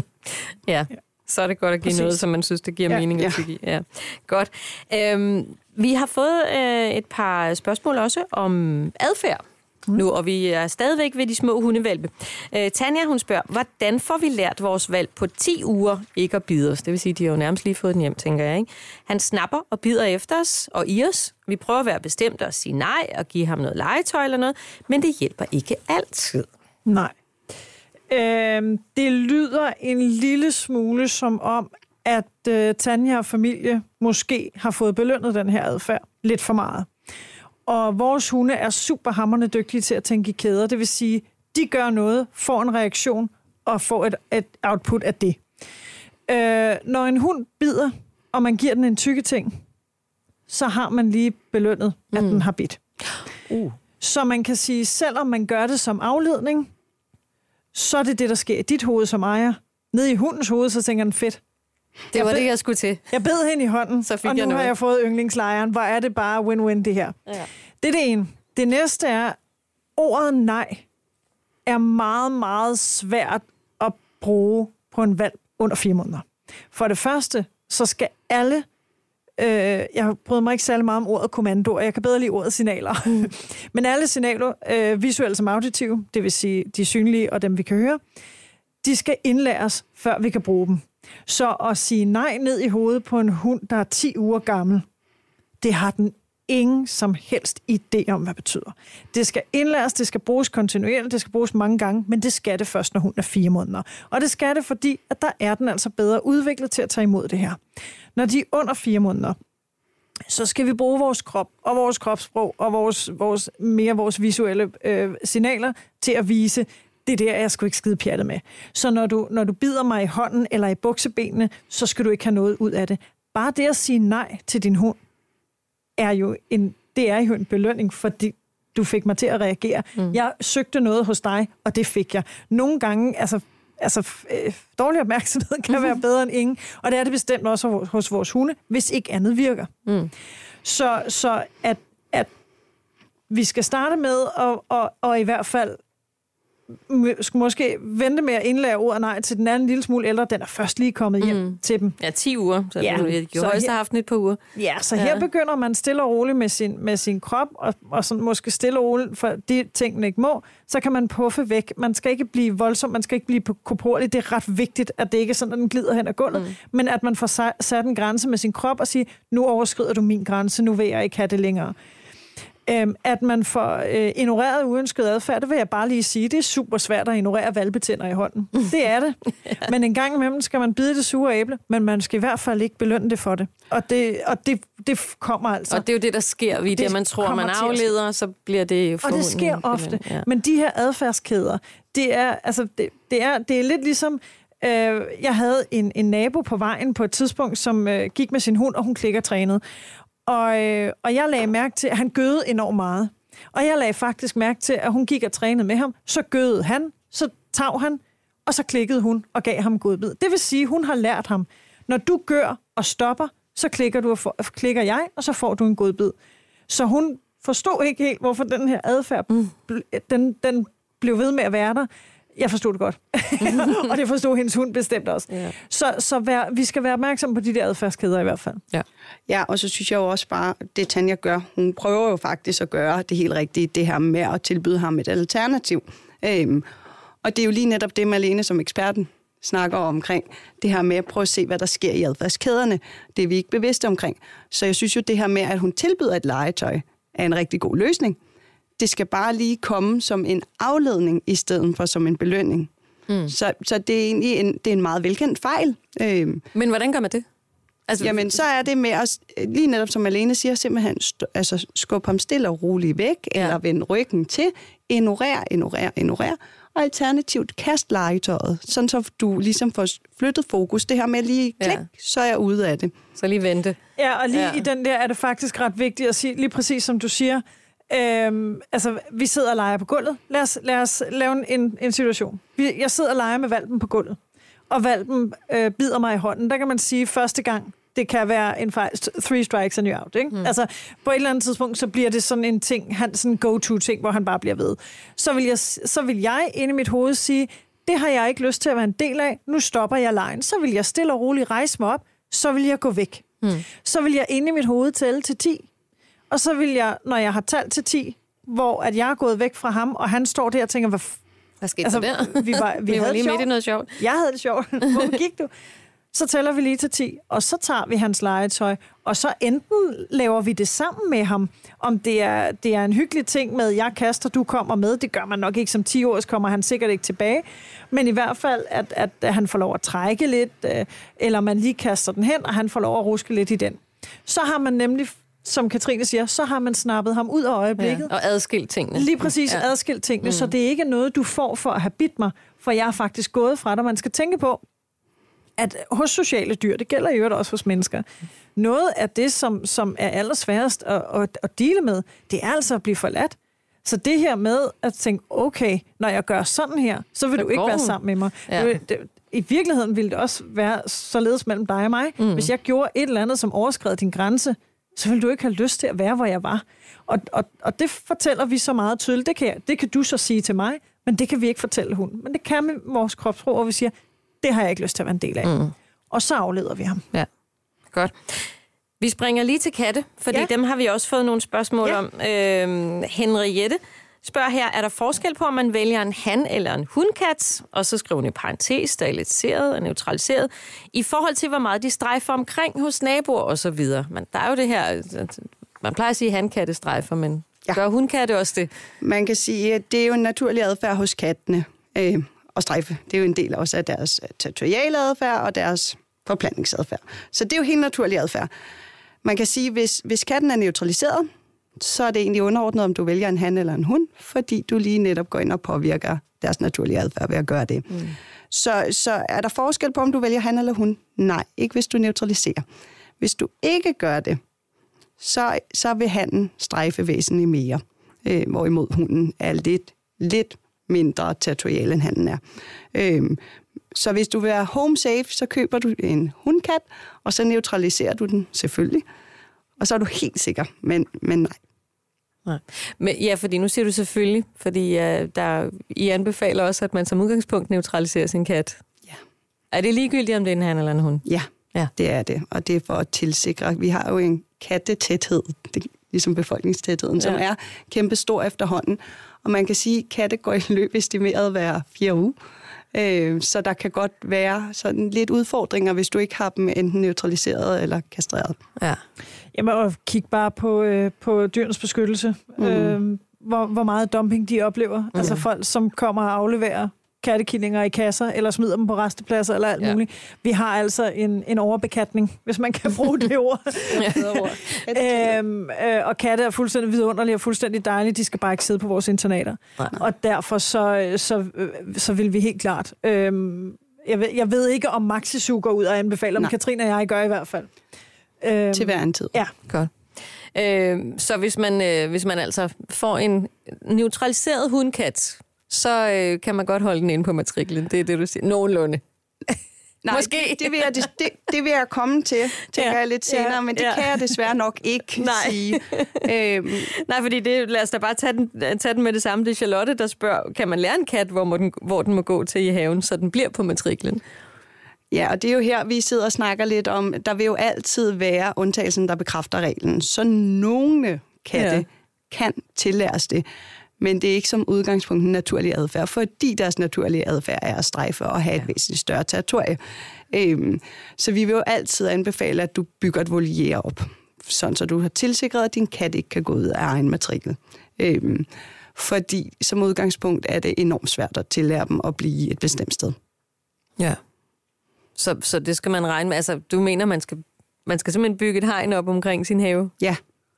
Ja. Så er det godt at give noget, som man synes, det giver mening at tykke i. Ja. Godt. Vi har fået et par spørgsmål også om adfærd nu, og vi er stadigvæk ved de små hundehvalpe. Tanja, hun spørger, hvordan får vi lært vores valp på 10 uger ikke at bide os? Det vil sige, de har jo nærmest lige fået den hjem, tænker jeg, ikke? Han snapper og bider efter os og i os. Vi prøver at være bestemte og sige nej og give ham noget legetøj eller noget, men det hjælper ikke altid. Nej. Det lyder en lille smule som om, at Tanja og familie måske har fået belønnet den her adfærd lidt for meget. Og vores hunde er super hamrende dygtige til at tænke i kæder. Det vil sige, de gør noget, får en reaktion og får et output af det. Når en hund bider, og man giver den en tykke ting, så har man lige belønnet, at den har bidt. Så man kan sige, selvom man gør det som afledning, så er det det, der sker i dit hoved som ejer. Nede i hundens hoved, så tænker den fedt. Det var det, jeg skulle til. Jeg bed hende i hånden, så og nu har jeg fået yndlingslejren. Hvor er det bare win-win, det her. Ja. Det er det ene. Det næste er, ordet nej er meget, meget svært at bruge på en hvalp under 4 måneder. For det første, så skal alle... jeg bryder mig ikke særlig meget om ordet kommandoer. Jeg kan bedre lide ordet signaler. Men alle signaler, visuelle som auditive, det vil sige de synlige og dem, vi kan høre, de skal indlæres, før vi kan bruge dem. Så at sige nej ned i hovedet på en hund, der er 10 uger gammel, det har den ingen som helst idé om, hvad det betyder. Det skal indlæres, det skal bruges kontinuerligt, det skal bruges mange gange, men det skal det først, når hunden er 4 måneder. Og det skal det, fordi at der er den altså bedre udviklet til at tage imod det her. Når de er under 4 måneder, så skal vi bruge vores krop og vores kropssprog og vores visuelle signaler til at vise, det er der, jeg sgu ikke skide pjattet med. Så når du bider mig i hånden eller i buksebenene, så skal du ikke have noget ud af det. Bare det at sige nej til din hund, er jo en belønning, fordi du fik mig til at reagere. Jeg søgte noget hos dig, og det fik jeg. Nogle gange, dårlig opmærksomhed kan være bedre end ingen, og det er det bestemt også hos vores hunde, hvis ikke andet virker. Så at vi skal starte med og i hvert fald måske vente med at indlære ordet nej til den anden lille smule ældre. Den er først lige kommet hjem til dem. Ja, 10 uger. Så ja, vi har højst haft et par uger. Ja, så her begynder man stille og roligt med sin krop, og sådan måske stille og roligt, for de tingene ikke må, så kan man puffe væk. Man skal ikke blive voldsom, man skal ikke blive korporlig. Det er ret vigtigt, at det ikke er sådan, at den glider hen ad gulvet, men at man får sat en grænse med sin krop og siger, nu overskrider du min grænse, nu vil jeg ikke have det længere. At man får ignoreret uønsket adfærd, det vil jeg bare lige sige, det er super svært at ignorere hvalpetænder i hånden. Det er det. Men en gang imellem skal man bide det sure æble, men man skal i hvert fald ikke belønne det for det. Og det kommer altså. Og det er jo det, der sker ved det, man tror, man afleder, så bliver det for og det sker ofte. Ja. Men de her adfærdskæder, det er lidt ligesom... jeg havde en nabo på vejen på et tidspunkt, som gik med sin hund, og hun klikkertrænede. Og jeg lagde mærke til, at han gøede enormt meget. Og jeg lagde faktisk mærke til, at hun gik og trænede med ham. Så gøede han, så tav han, og så klikkede hun og gav ham en godbid. Det vil sige, at hun har lært ham, når du gør og stopper, så klikker jeg, og så får du en godbid. Så hun forstod ikke helt, hvorfor den her adfærd, den blev ved med at være der. Jeg forstod det godt. Og det forstod hendes hund bestemt også. Ja. Så vi skal være opmærksomme på de der adfærdskæder i hvert fald. Ja, og så synes jeg jo også bare, det Tanja gør, hun prøver jo faktisk at gøre det helt rigtige, det her med at tilbyde ham et alternativ. Og det er jo lige netop det, Malene som eksperten snakker omkring, det her med at prøve at se, hvad der sker i adfærdskæderne. Det er vi ikke bevidste omkring. Så jeg synes jo, det her med, at hun tilbyder et legetøj, er en rigtig god løsning. Det skal bare lige komme som en afledning, i stedet for som en belønning. Så det er egentlig en meget velkendt fejl. Men hvordan gør man det? Altså, jamen, så er det med at, lige netop som Malene siger, simpelthen skubbe ham stille og roligt væk, eller vende ryggen til, ignorere, og alternativt kast legetøjet, sådan så du ligesom får flyttet fokus. Det her med lige klik, så er jeg ude af det. Så lige vente. Ja, og lige i den der er det faktisk ret vigtigt at sige, lige præcis som du siger, vi sidder og leger på gulvet. Lad os lave en situation. Jeg sidder og leger med hvalpen på gulvet, og hvalpen bider mig i hånden. Der kan man sige, første gang, det kan være en fejl, 3 strikes and you're out, ikke? Altså, på et eller andet tidspunkt, så bliver det sådan en ting, sådan en go-to-ting, hvor han bare bliver ved. Så vil jeg inde i mit hoved sige, det har jeg ikke lyst til at være en del af, nu stopper jeg legen. Så vil jeg stille og roligt rejse mig op, så vil jeg gå væk. så vil jeg inde i mit hoved tælle til 10. Og så vil jeg, når jeg har talt til 10, hvor at jeg er gået væk fra ham, og han står der og tænker, hvad skete der der? Vi var lige midt i noget sjovt. Jeg havde det sjovt. Hvor gik du? Så tæller vi lige til 10, og så tager vi hans legetøj, og så enten laver vi det sammen med ham, om det er en hyggelig ting med, jeg kaster, du kommer med. Det gør man nok ikke som 10-års, kommer han sikkert ikke tilbage. Men i hvert fald, at han får lov at trække lidt, eller man lige kaster den hen, og han får lov at ruske lidt i den. Så har man nemlig, som Katrine siger, så har man snappet ham ud af øjeblikket. Ja, og adskilt tingene. Lige præcis, adskilt tingene. Så det er ikke noget, du får for at have bidt mig, for jeg er faktisk gået fra dig. Man skal tænke på, at hos sociale dyr, det gælder jo også hos mennesker, noget af det, som er allersværest at deale med, det er altså at blive forladt. Så det her med at tænke, okay, når jeg gør sådan her, så vil du ikke være sammen med mig. Ja. I virkeligheden ville det også være således mellem dig og mig. Hvis jeg gjorde et eller andet, som overskred din grænse, så ville du ikke have lyst til at være, hvor jeg var. Og det fortæller vi så meget tydeligt. Det kan du så sige til mig, men det kan vi ikke fortælle hunden. Men det kan med vores kropssprog, og vi siger, det har jeg ikke lyst til at være en del af. Og så afleder vi ham. Ja, godt. Vi springer lige til katte, fordi dem har vi også fået nogle spørgsmål om. Henriette spørger her, er der forskel på, om man vælger en han- eller en hundkat? Og så skriver hun i parentes, steriliseret og neutraliseret, i forhold til, hvor meget de strejfer omkring hos naboer og så videre. Men der er jo det her, man plejer at sige hankatte strejfer, men gør hundkatte også det? Man kan sige, at det er jo en naturlig adfærd hos kattene. Og strejfe, det er jo en del også af deres territoriale adfærd og deres forplantningsadfærd. Så det er jo helt naturlig adfærd. Man kan sige, hvis katten er neutraliseret, så er det egentlig underordnet, om du vælger en han eller en hund, fordi du lige netop går ind og påvirker deres naturlige adfærd ved at gøre det. Så er der forskel på, om du vælger han eller hund? Nej, ikke hvis du neutraliserer. Hvis du ikke gør det, så vil hannen strejfe væsentligt mere, hvorimod hunden er lidt mindre territorial, end hannen er. Så hvis du vil være home safe, så køber du en hundkat, og så neutraliserer du den selvfølgelig. Og så er du helt sikker, men nej. Men, ja, fordi nu siger du selvfølgelig, fordi I anbefaler også, at man som udgangspunkt neutraliserer sin kat. Ja. Er det ligegyldigt, om det er en han eller en hund? Ja, det er det. Og det er for at tilsikre. Vi har jo en kattetæthed, ligesom befolkningstætheden, som er kæmpestor efterhånden. Og man kan sige, at katte går i løb estimeret hver 4 uger. Så der kan godt være sådan lidt udfordringer, hvis du ikke har dem enten neutraliseret eller kastreret. Ja. Jamen, og kig bare på dyrenes beskyttelse. Hvor meget dumping de oplever. Altså folk, som kommer og afleverer kattekillinger i kasser, eller smider dem på rastepladser, eller alt muligt. Vi har altså en overbekatning, hvis man kan bruge det ord. Og katte er fuldstændig vidunderlige og fuldstændig dejlige. De skal bare ikke sidde på vores internater. Nej. Og derfor så vil vi helt klart. Jeg ved ikke, om Maxi går ud og anbefaler, men Katrine og jeg gør i hvert fald. Til hver en tid. Ja, godt. Så hvis man altså får en neutraliseret hundkat, så kan man godt holde den inde på matriklen. Det er det, du siger. Nogenlunde. Nej, måske. Det vil jeg komme til, tænker jeg lidt senere, men det kan jeg desværre nok ikke sige. Nej, fordi lad os da bare tage den med det samme. Det er Charlotte, der spørger, kan man lære en kat, hvor den må gå til i haven, så den bliver på matriklen? Ja, og det er jo her, vi sidder og snakker lidt om, der vil jo altid være undtagelsen, der bekræfter reglen. Så nogle katte kan tillæres det, men det er ikke som udgangspunkt en naturlig adfærd, fordi deres naturlige adfærd er at strejfe og have et væsentligt større territorie. Så vi vil jo altid anbefale, at du bygger et voliere op, sådan så du har tilsikret, at din kat ikke kan gå ud af egen matrikel. Fordi som udgangspunkt er det enormt svært at tillære dem at blive et bestemt sted. Ja. Så det skal man regne med. Altså, du mener, man skal simpelthen bygge et hegn op omkring sin have? Ja.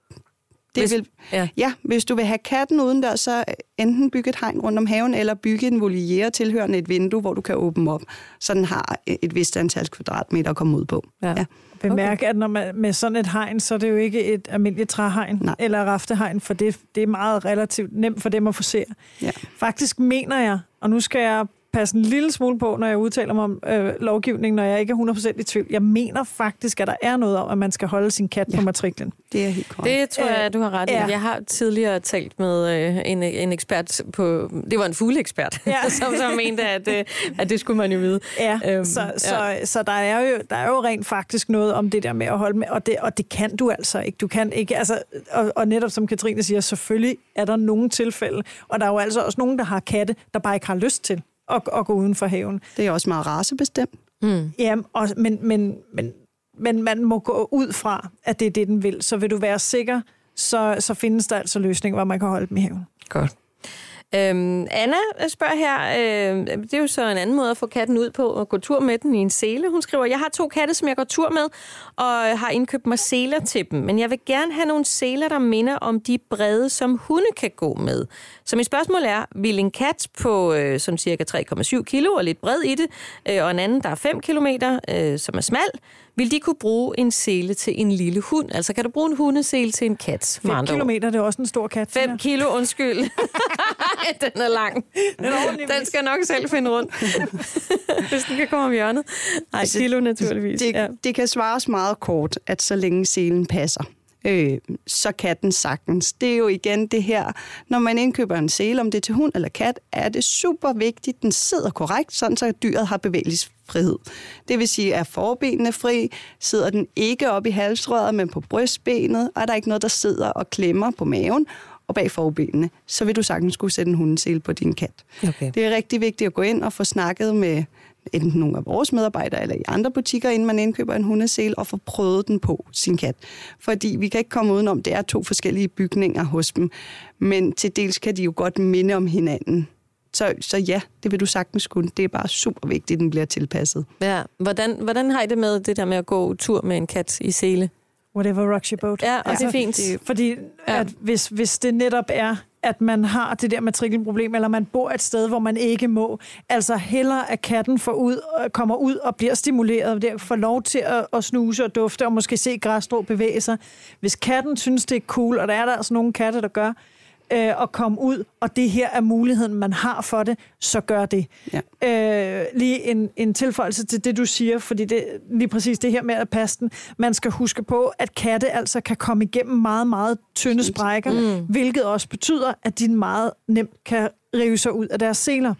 Hvis du vil have katten udendørs, så enten bygge et hegn rundt om haven, eller bygge en voliere tilhørende et vindue, hvor du kan åbne op, så den har et vist antal kvadratmeter at komme ud på. Ja. Bemærk, at når man med sådan et hegn, så er det jo ikke et almindeligt træhegn eller raftehegn, for det er meget relativt nemt for dem at forsere. Ja. Faktisk mener jeg, og nu skal jeg passe en lille smule på, når jeg udtaler mig om lovgivning, når jeg ikke er 100% i tvivl. Jeg mener faktisk, at der er noget om, at man skal holde sin kat på matriklen. Det er helt korrekt. Det tror jeg, du har ret i. Ja. Jeg har tidligere talt med en ekspert på... Det var en fugleekspert, som mente, at det skulle man jo vide. Ja, så der er jo rent faktisk noget om det der med at holde med, og det kan du altså ikke. Du kan ikke, altså, og netop som Katrine siger, selvfølgelig er der nogle tilfælde, og der er jo altså også nogen, der har katte, der bare ikke har lyst til at gå uden for haven. Det er også meget racebestemt. Jamen, men man må gå ud fra, at det er det, den vil. Så vil du være sikker, så findes der altså løsninger, hvor man kan holde dem i haven. Godt. Anna spørger her, det er jo så en anden måde at få katten ud på, at gå tur med den i en sele. Hun skriver, jeg har 2 katte, som jeg går tur med, og har indkøbt mig seler til dem. Men jeg vil gerne have nogle seler, der minder om de brede, som hunde kan gå med. Så mit spørgsmål er, vil en kat på som cirka 3,7 kilo og lidt bred i det, og en anden, der er 5 kilometer, som er smal, vil de kunne bruge en sele til en lille hund? Altså, kan du bruge en hundesele til en kat? 5 kilometer, det er også en stor kat. 5 kilo, undskyld. Den er lang. Den skal nok selv finde rundt. Hvis den kan komme om hjørnet. Nej, kilo naturligvis. Det kan svares meget kort, at så længe selen passer, så kan den sagtens. Det er jo igen det her, når man indkøber en sele, om det er til hund eller kat, er det super vigtigt, den sidder korrekt, sådan så dyret har bevægelsesfrihed. Det vil sige, er forbenene fri, sidder den ikke op i halsrøret, men på brystbenet, og er der ikke noget, der sidder og klemmer på maven og bag forbenene, så vil du sagtens skulle sætte en hundesele på din kat. Okay. Det er rigtig vigtigt at gå ind og få snakket med enten nogle af vores medarbejdere eller i andre butikker, inden man indkøber en hundesele, og få prøvet den på sin kat. Fordi vi kan ikke komme udenom, det er 2 forskellige bygninger hos dem, men til dels kan de jo godt minde om hinanden. Så ja, det vil du sagtens kunne. Det er bare super vigtigt, at den bliver tilpasset. Ja. Hvordan har I det med det der med at gå tur med en kat i sele? Whatever rocks your boat. Ja, og det er fint. Fordi at hvis det netop er, at man har det der matrikelproblem, eller man bor et sted, hvor man ikke må, altså hellere at katten kommer ud og bliver stimuleret, og får lov til at snuse og dufte, og måske se græsstrå bevæge sig. Hvis katten synes, det er cool, og der er der altså nogle katte, der gør, at komme ud, og det her er muligheden, man har for det, så gør det. Ja. Lige en tilføjelse til det, du siger, fordi det lige præcis det her med at passe den. Man skal huske på, at katte altså kan komme igennem meget, meget tynde sprækker, hvilket også betyder, at de meget nemt kan rive sig ud af deres seler.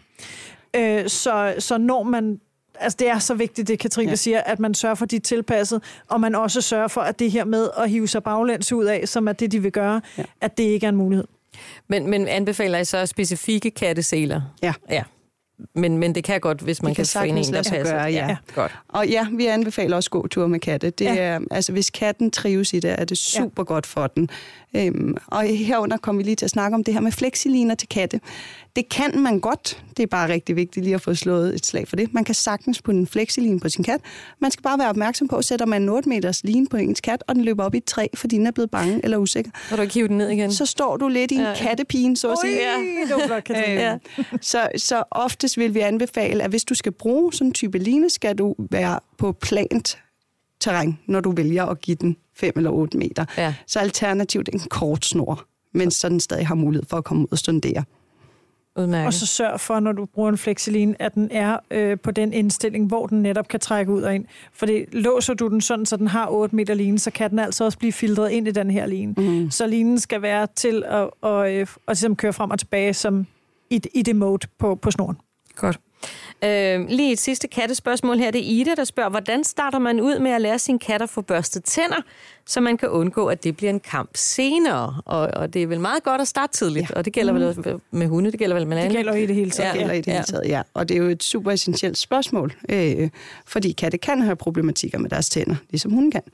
Så når man... Altså, det er så vigtigt, det Katrine siger, at man sørger for, de tilpasset, og man også sørger for, at det her med at hive sig baglæns ud af, som er det, de vil gøre, at det ikke er en mulighed. Men anbefaler I så specifikke katteseler? Ja. Men det kan godt, hvis man kan finde en, der passer. Gøre, ja. Godt. Og ja, vi anbefaler også gåture med katte. Det er, altså, hvis katten trives i det, er det super godt for den. Og herunder kommer vi lige til at snakke om det her med flexiliner til katte. Det kan man godt. Det er bare rigtig vigtigt lige at få slået et slag for det. Man kan sagtens putte en flexiline på sin kat. Man skal bare være opmærksom på, at sætter man en 8 meters line på ens kat, og den løber op i et træ, fordi den er blevet bange eller usikker. Kan du ikke hive den ned igen? Så står du lidt i en kattepine, så at sige. Det var flot, Katrine. Så oftest vil vi anbefale, at hvis du skal bruge sådan en type line, skal du være på plant terræn, når du vælger at give den 5 eller 8 meter. Ja. Så alternativt en kort snor, mens så den stadig har mulighed for at komme ud og stundere. Udmærket. Og så sørg for, når du bruger en flexiline, at den er på den indstilling, hvor den netop kan trække ud og ind. Fordi låser du den sådan, så den har 8 meter line, så kan den altså også blive filtreret ind i den her line. Så linen skal være til at ligesom køre frem og tilbage som i det mode på snoren. Godt. Lige et sidste kattespørgsmål her. Det er Ida, der spørger, hvordan starter man ud med at lære sin kat at få børstet tænder, så man kan undgå, at det bliver en kamp senere. Og det er vel meget godt at starte tidligt, og det gælder vel også med hunde, det gælder vel med alle. Det gælder i det hele taget. Det gælder i det hele taget, ja. Og det er jo et super essentielt spørgsmål, fordi katte kan have problematikker med deres tænder, ligesom hunde kan.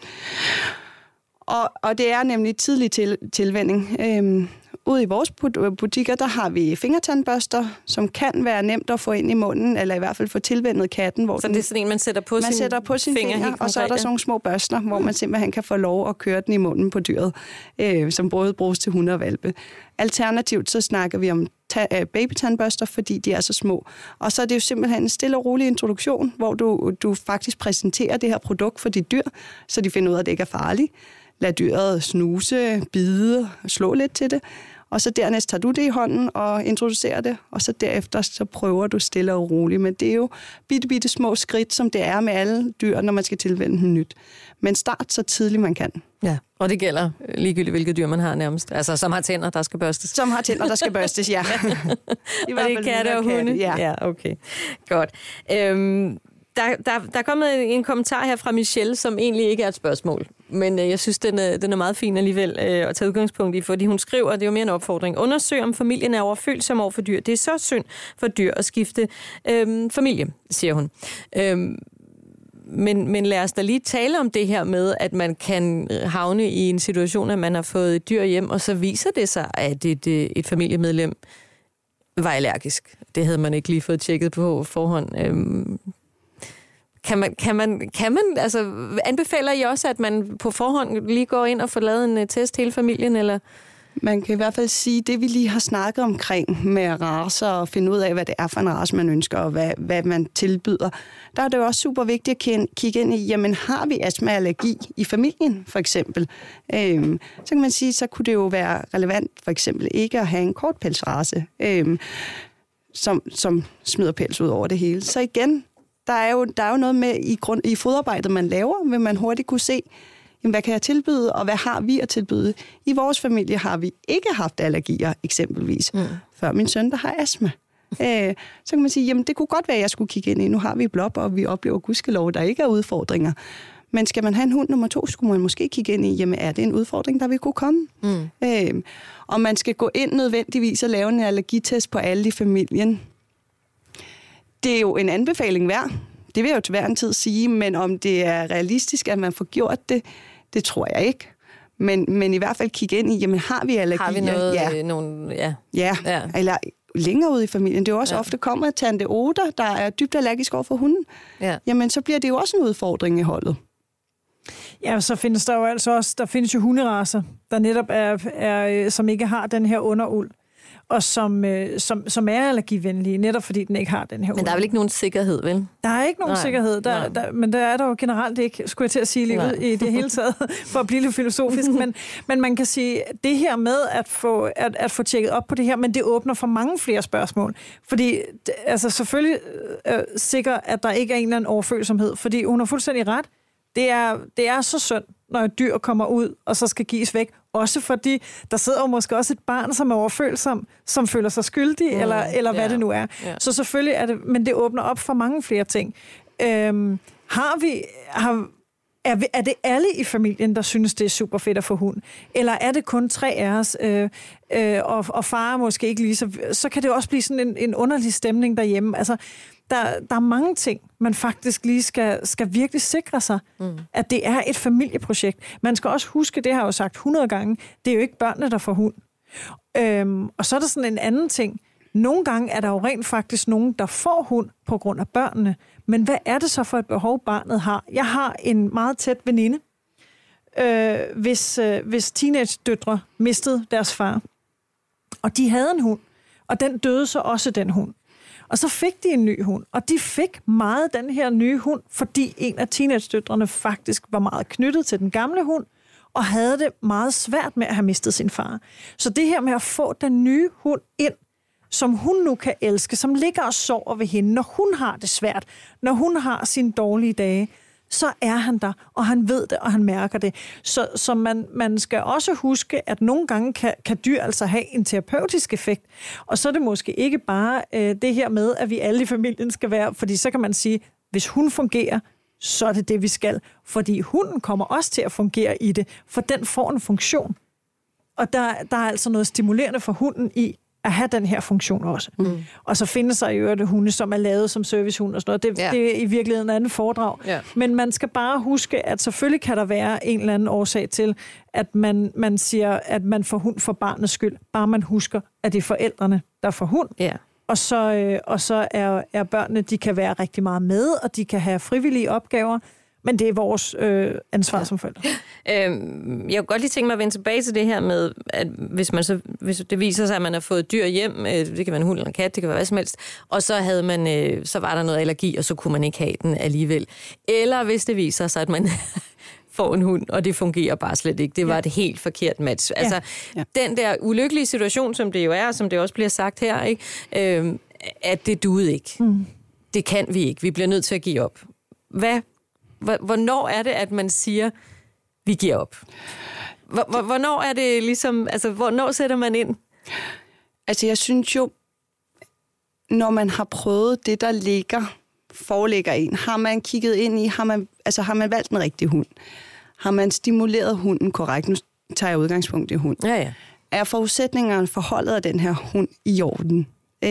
Og det er nemlig tidlig tilvænning. Ude i vores butikker, der har vi fingertandbørster, som kan være nemt at få ind i munden, eller i hvert fald få tilvænnet katten. Hvor så det er sådan en, man sætter på sin finger, og så er der sådan nogle små børster, hvor man simpelthen kan få lov at køre den i munden på dyret, som både bruges til hunde og hvalpe. Alternativt så snakker vi om babytandbørster, fordi de er så små. Og så er det jo simpelthen en stille og rolig introduktion, hvor du faktisk præsenterer det her produkt for dit dyr, så de finder ud af, at det ikke er farligt. Lad dyret snuse, bide, slå lidt til det. Og så dernæst tager du det i hånden og introducerer det, og så derefter så prøver du stille og roligt. Men det er jo bitte små skridt, som det er med alle dyr, når man skal tilvænne dem nyt. Men start så tidligt man kan. Ja, og det gælder ligegyldigt, hvilke dyr man har nærmest. Altså, som har tænder, der skal børstes. Som har tænder, der skal børstes, ja. Og det er katte og hunde? Ja, okay. Godt. Der er kommet en kommentar her fra Michelle, som egentlig ikke er et spørgsmål. Men jeg synes, den er meget fin alligevel at tage udgangspunkt i, fordi hun skriver, det er jo mere en opfordring. Undersøg, om familien er overfølsom over for dyr. Det er så synd for dyr at skifte familie, siger hun. Men lad os da lige tale om det her med, at man kan havne i en situation, at man har fået et dyr hjem, og så viser det sig, at et familiemedlem var allergisk. Det havde man ikke lige fået tjekket på forhånd. Kan man, altså, anbefaler I også, at man på forhånd lige går ind og får lavet en test hele familien, eller? Man kan i hvert fald sige, det vi lige har snakket omkring med racer og finde ud af, hvad det er for en race, man ønsker, og hvad man tilbyder. Der er det jo også super vigtigt at kigge ind i, jamen har vi astma-allergi i familien, for eksempel? Så kan man sige, så kunne det jo være relevant, for eksempel ikke at have en kortpelsrace, som smider pels ud over det hele. Så igen, der er jo noget med i fodarbejdet, man laver, vil man hurtigt kunne se, jamen, hvad kan jeg tilbyde, og hvad har vi at tilbyde? I vores familie har vi ikke haft allergier, eksempelvis, før min søn, der har astma. Så kan man sige, jamen det kunne godt være, at jeg skulle kigge ind i. Nu har vi blob, og vi oplever gudskelov, der ikke er udfordringer. Men skal man have en hund nummer 2, skulle man måske kigge ind i, jamen er det en udfordring, der vil kunne komme? Og man skal gå ind nødvendigvis og lave en allergitest på alle i familien. Det er jo en anbefaling værd. Det vil jeg jo til hver en tid sige, men om det er realistisk, at man får gjort det, det tror jeg ikke. Men i hvert fald kigge ind i, jamen har vi allergier? Har vi noget? Ja, eller længere ude i familien. Det er jo også ofte kommer tante Oda, der er dybt allergisk over for hunden. Ja. Jamen så bliver det jo også en udfordring i holdet. Ja, så findes der jo altså også, der findes jo hunderacer, der netop er som ikke har den her underuld, og som er allergivenlige, netop fordi den ikke har den her. Men der er vel ikke nogen sikkerhed, vel? Der er ikke nogen sikkerhed, men der er der jo generelt ikke, skulle jeg til at sige lige ud i det hele taget, for at blive lidt filosofisk. Men man kan sige, det her med at få tjekket op på det her, men det åbner for mange flere spørgsmål. Fordi, altså selvfølgelig sikker, at der ikke er en eller anden overfølsomhed, fordi hun har fuldstændig ret. Det er så synd, når et dyr kommer ud, og så skal gives væk. Også fordi, der sidder jo måske også et barn, som er overfølsom, som føler sig skyldig, eller hvad det nu er. Ja. Så selvfølgelig er det, men det åbner op for mange flere ting. Er det alle i familien, der synes, det er super fedt at få hund? Eller er det kun 3 af os, og far måske ikke lige så kan det også blive sådan en underlig stemning derhjemme. Altså, der er mange ting, man faktisk lige skal virkelig sikre sig, at det er et familieprojekt. Man skal også huske, det har jeg jo sagt 100 gange, det er jo ikke børnene, der får hund. Og så er der sådan en anden ting. Nogle gange er der jo rent faktisk nogen, der får hund på grund af børnene. Men hvad er det så for et behov, barnet har? Jeg har en meget tæt veninde, hvis teenage-døtre mistede deres far. Og de havde en hund, og den døde så også, den hund. Og så fik de en ny hund, og de fik meget den her nye hund, fordi en af teenage-døtrene faktisk var meget knyttet til den gamle hund, og havde det meget svært med at have mistet sin far. Så det her med at få den nye hund ind, som hun nu kan elske, som ligger og sover ved hende, når hun har det svært, når hun har sine dårlige dage, så er han der, og han ved det, og han mærker det. Så man skal også huske, at nogle gange kan dyr altså have en terapeutisk effekt, og så er det måske ikke bare det her med, at vi alle i familien skal være, fordi så kan man sige, hvis hun fungerer, så er det det, vi skal. Fordi hunden kommer også til at fungere i det, for den får en funktion. Og der er altså noget stimulerende for hunden i, at have den her funktion også. Og så findes der jo det hunde, som er lavet som servicehund og sådan noget. Det er i virkeligheden en anden foredrag. Ja. Men man skal bare huske, at selvfølgelig kan der være en eller anden årsag til, at man siger, at man får hund for barnets skyld. Bare man husker, at det er forældrene, der får hund. Ja. Og så er børnene, de kan være rigtig meget med, og de kan have frivillige opgaver. Men det er vores ansvar som forældre. Jeg kunne godt lige tænke mig at vende tilbage til det her med, at hvis det viser sig, at man har fået dyr hjem, det kan være en hund eller en kat, det kan være hvad som helst, og så så var der noget allergi, og så kunne man ikke have den alligevel. Eller hvis det viser sig, at man får en hund, og det fungerer bare slet ikke. Det var et helt forkert match. Altså, den der ulykkelige situation, som det jo er, som det også bliver sagt her, ikke? At det duede ikke. Det kan vi ikke. Vi bliver nødt til at give op. Hvornår er det, at man siger, vi giver op? Hvornår er det ligesom, altså, hvornår sætter man ind? Altså, jeg synes jo, når man har prøvet det, der foreligger en, har man kigget ind i, har man valgt en rigtig hund? Har man stimuleret hunden korrekt? Nu tager jeg udgangspunkt i hund. Ja. Er forudsætningerne forholdet af den her hund i orden?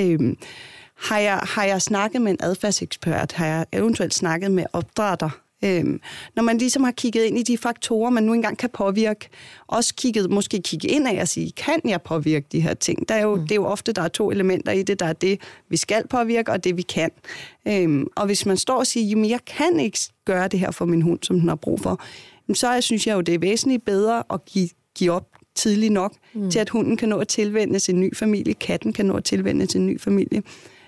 Har jeg snakket med en adfærdsekspert? Har jeg eventuelt snakket med opdrætter? Når man ligesom har kigget ind i de faktorer, man nu engang kan påvirke, også måske kigge ind af og sige, kan jeg påvirke de her ting? Det er jo ofte, der er 2 elementer i det. Der er det, vi skal påvirke, og det, vi kan. Og hvis man står og siger, jamen jeg kan ikke gøre det her for min hund, som den har brug for, så synes jeg jo, det er væsentligt bedre at give op tidligt nok, til at hunden kan nå at tilvænne sin ny familie, katten kan nå at tilvænne sin ny familie.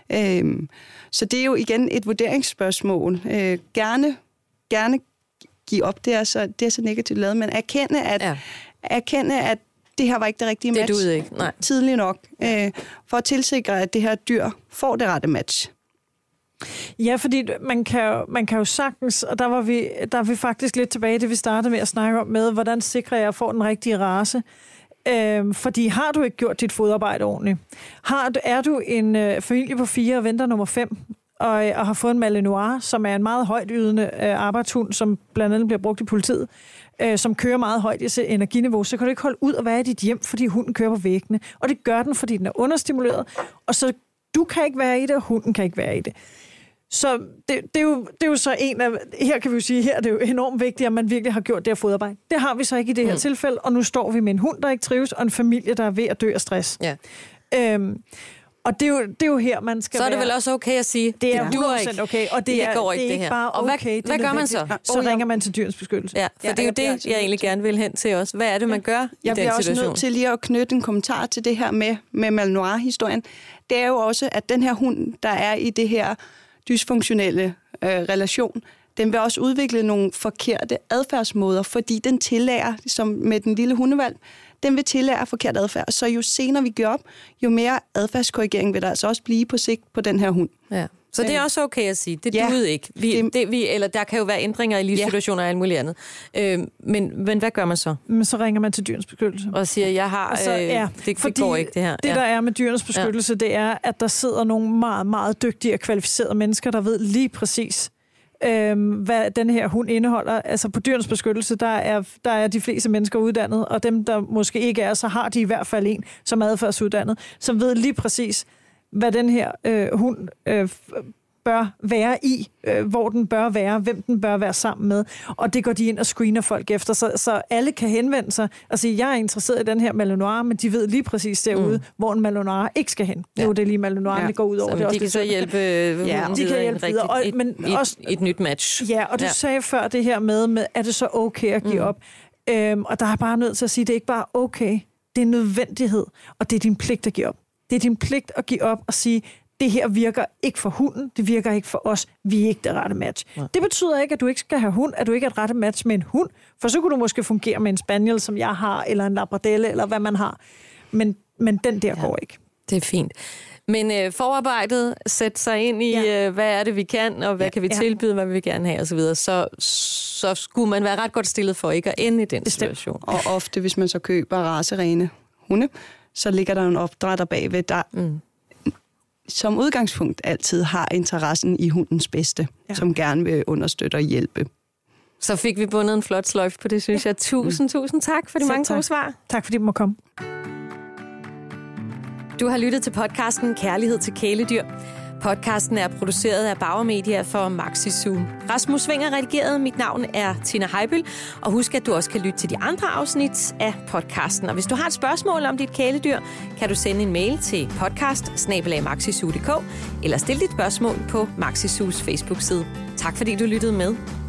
Så det er jo igen et vurderingsspørgsmål. Gerne give op, det er så negativt lavet, men erkende, at det her var ikke det rigtige match. Det duede ikke, nej. Tidligt nok, for at tilsikre, at det her dyr får det rette match. Ja, fordi man kan jo sagtens, og der er vi faktisk lidt tilbage i det, vi startede med at snakke om med, hvordan sikrer jeg at få den rigtige race. Fordi har du ikke gjort dit fodarbejde ordentligt? Er du en familie på 4 og venter nummer 5, og har fået en Malinois, som er en meget højt ydende arbejdshund, som blandt andet bliver brugt i politiet, som kører meget højt i energiniveau, så kan du ikke holde ud og være i dit hjem, fordi hunden kører på væggene. Og det gør den, fordi den er understimuleret, og så du kan ikke være i det, og hunden kan ikke være i det. Så det er jo så en af... Her kan vi jo sige, her er det jo enormt vigtigt, at man virkelig har gjort det her fodarbejde. Det har vi så ikke i det her tilfælde, og nu står vi med en hund, der ikke trives, og en familie, der er ved at dø af stress. Ja. Og det er jo her, man skal være... Så er det vel også okay at sige, det er 100% okay, og det er ikke bare okay. Hvad gør man så? Så ringer man til Dyrenes Beskyttelse. Ja, for det er jo det, jeg egentlig gerne vil hen til også. Hvad er det, man gør i den situation? Jeg bliver også nødt til lige at knytte en kommentar til det her med Malinois-historien. Det er jo også, at den her hund, der er i det her dysfunktionelle relation, den vil også udvikle nogle forkerte adfærdsmåder, fordi den tillærer, som med den lille hundevalg, den vil tillære forkert adfærd. Så jo senere vi gør op, jo mere adfærdskorrigering vil der altså også blive på sigt på den her hund. Ja. Så det er også okay at sige, det duede ikke. Eller der kan jo være ændringer i livssituationer og alt muligt andet. Men hvad gør man så? Så ringer man til Dyrenes Beskyttelse. Og siger, jeg har... det går ikke, det her. Det, der er med Dyrenes Beskyttelse, det er, at der sidder nogle meget, meget dygtige og kvalificerede mennesker, der ved lige præcis, hvad den her hund indeholder. Altså på Dyrenes Beskyttelse, der er de fleste mennesker uddannet, og dem, der måske ikke er, så har de i hvert fald en, som er adfærdsuddannet, som ved lige præcis, hvad den her hund bør være i, hvor den bør være, hvem den bør være sammen med. Og det går de ind og screener folk efter, så alle kan henvende sig. Altså, jeg er interesseret i den her Malinois, men de ved lige præcis derude, hvor en Malinois ikke skal hen. Det er jo det lige Malinois, det går ud over. Så de kan så hjælpe de kan hjælpe videre. Men også et nyt match. Ja, og du sagde før det her med, er det så okay at give op? Og der er bare nødt til at sige, det er ikke bare okay, det er en nødvendighed, og det er din pligt at give op. Det er din pligt at give op og sige, det her virker ikke for hunden, det virker ikke for os, vi er ikke det rette match. Ja. Det betyder ikke, at du ikke skal have hund, at du ikke er et rette match med en hund, for så kunne du måske fungere med en spaniel, som jeg har, eller en labradelle, eller hvad man har. Men den der går ikke. Det er fint. Men forarbejdet, sætte sig ind i, hvad er det, vi kan, og hvad kan vi tilbyde, hvad vi vil gerne have, osv., så skulle man være ret godt stillet for ikke at ende i den situation. Og ofte, hvis man så køber racerene hunde, så ligger der en opdrætter bagved, der som udgangspunkt altid har interessen i hundens bedste, som gerne vil understøtte og hjælpe. Så fik vi bundet en flot sløjfe på det, synes jeg. Tusind tak for de mange gode svar. Tak fordi du må komme. Du har lyttet til podcasten Kærlighed til kæledyr. Podcasten er produceret af Bauer Media for Maxi Zoo. Rasmus Svinger redigeret. Mit navn er Tina Heibøl. Og husk, at du også kan lytte til de andre afsnit af podcasten. Og hvis du har et spørgsmål om dit kæledyr, kan du sende en mail til podcast@maxizoo.dk eller stille dit spørgsmål på Maxi Zoos Facebook-side. Tak fordi du lyttede med.